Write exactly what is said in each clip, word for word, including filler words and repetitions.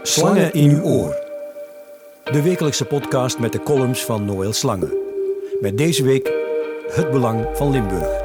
Slangen in uw oor. De wekelijkse podcast met de columns van Noël Slangen. Met deze week het belang van Limburg.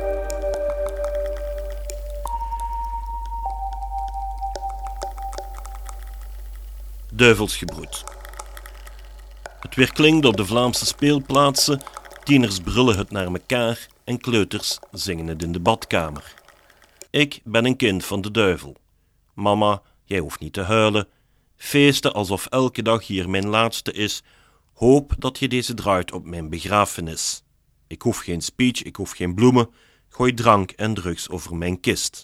Duivelsgebroed. Het weerklinkt op de Vlaamse speelplaatsen, tieners brullen het naar mekaar en kleuters zingen het in de badkamer. Ik ben een kind van de duivel. Mama, jij hoeft niet te huilen. Feesten alsof elke dag hier mijn laatste is. Hoop dat je deze draait op mijn begrafenis. Ik hoef geen speech, ik hoef geen bloemen. Gooi drank en drugs over mijn kist.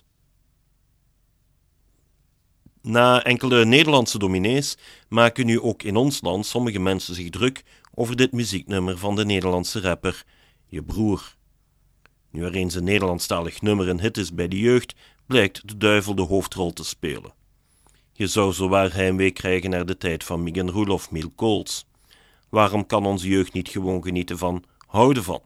Na enkele Nederlandse dominees maken nu ook in ons land sommige mensen zich druk over dit muzieknummer van de Nederlandse rapper Je Broer. Nu er eens een Nederlandstalig nummer een hit is bij de jeugd, blijkt de duivel de hoofdrol te spelen. Je zou zowaar heimwee krijgen naar de tijd van Mick en Roel of Miel Kools. Waarom kan onze jeugd niet gewoon genieten van houden van?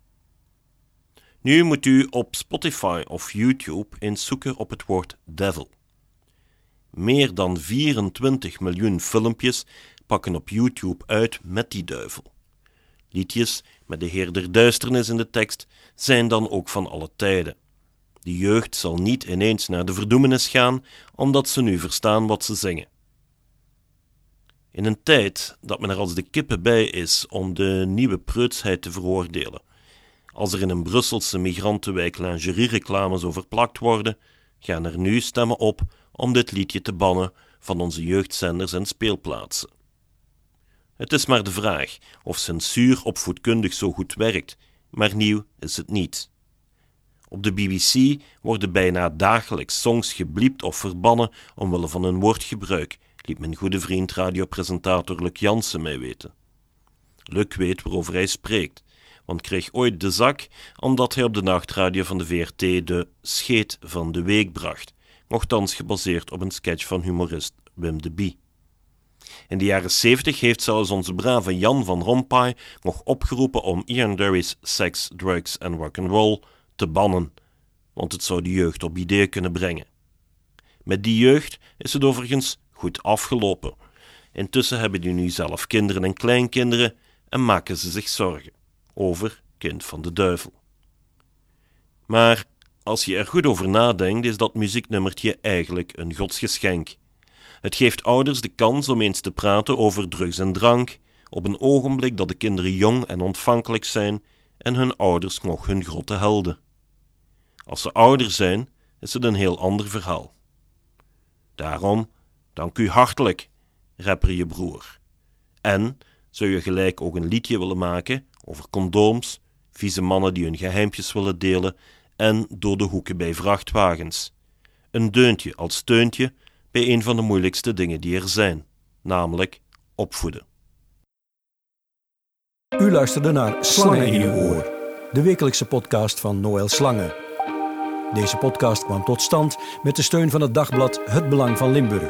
Nu moet u op Spotify of YouTube eens zoeken op het woord devil. Meer dan vierentwintig miljoen filmpjes pakken op YouTube uit met die duivel. Liedjes met de Heer der Duisternis in de tekst zijn dan ook van alle tijden. De jeugd zal niet ineens naar de verdoemenis gaan, omdat ze nu verstaan wat ze zingen. In een tijd dat men er als de kippen bij is om de nieuwe preutsheid te veroordelen, als er in een Brusselse migrantenwijk lingeriereclames over plakt worden, gaan er nu stemmen op om dit liedje te bannen van onze jeugdzenders en speelplaatsen. Het is maar de vraag of censuur opvoedkundig zo goed werkt, maar nieuw is het niet. Op de B B C worden bijna dagelijks songs gebliept of verbannen omwille van hun woordgebruik, liet mijn goede vriend radiopresentator Luc Jansen mij weten. Luc weet waarover hij spreekt, want kreeg ooit de zak omdat hij op de nachtradio van de V R T de scheet van de week bracht, nochtans gebaseerd op een sketch van humorist Wim de Bie. In de jaren zeventig heeft zelfs onze brave Jan van Rompuy nog opgeroepen om Ian Dury's Sex, Drugs en Rock'n'Roll te bannen, want het zou de jeugd op ideeën kunnen brengen. Met die jeugd is het overigens goed afgelopen. Intussen hebben die nu zelf kinderen en kleinkinderen en maken ze zich zorgen over kind van de duivel. Maar als je er goed over nadenkt, is dat muzieknummertje eigenlijk een godsgeschenk. Het geeft ouders de kans om eens te praten over drugs en drank, op een ogenblik dat de kinderen jong en ontvankelijk zijn en hun ouders nog hun grote helden. Als ze ouder zijn, is het een heel ander verhaal. Daarom, dank u hartelijk, rapper Je Broer. En zou je gelijk ook een liedje willen maken over condooms, vieze mannen die hun geheimpjes willen delen en door de hoeken bij vrachtwagens. Een deuntje als steuntje bij een van de moeilijkste dingen die er zijn, namelijk opvoeden. U luisterde naar Slangen in uw oor, de wekelijkse podcast van Noël Slangen. Deze podcast kwam tot stand met de steun van het dagblad Het Belang van Limburg.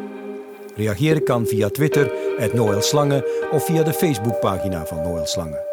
Reageren kan via Twitter, at Noël Slangen, of via de Facebookpagina van Noël Slangen.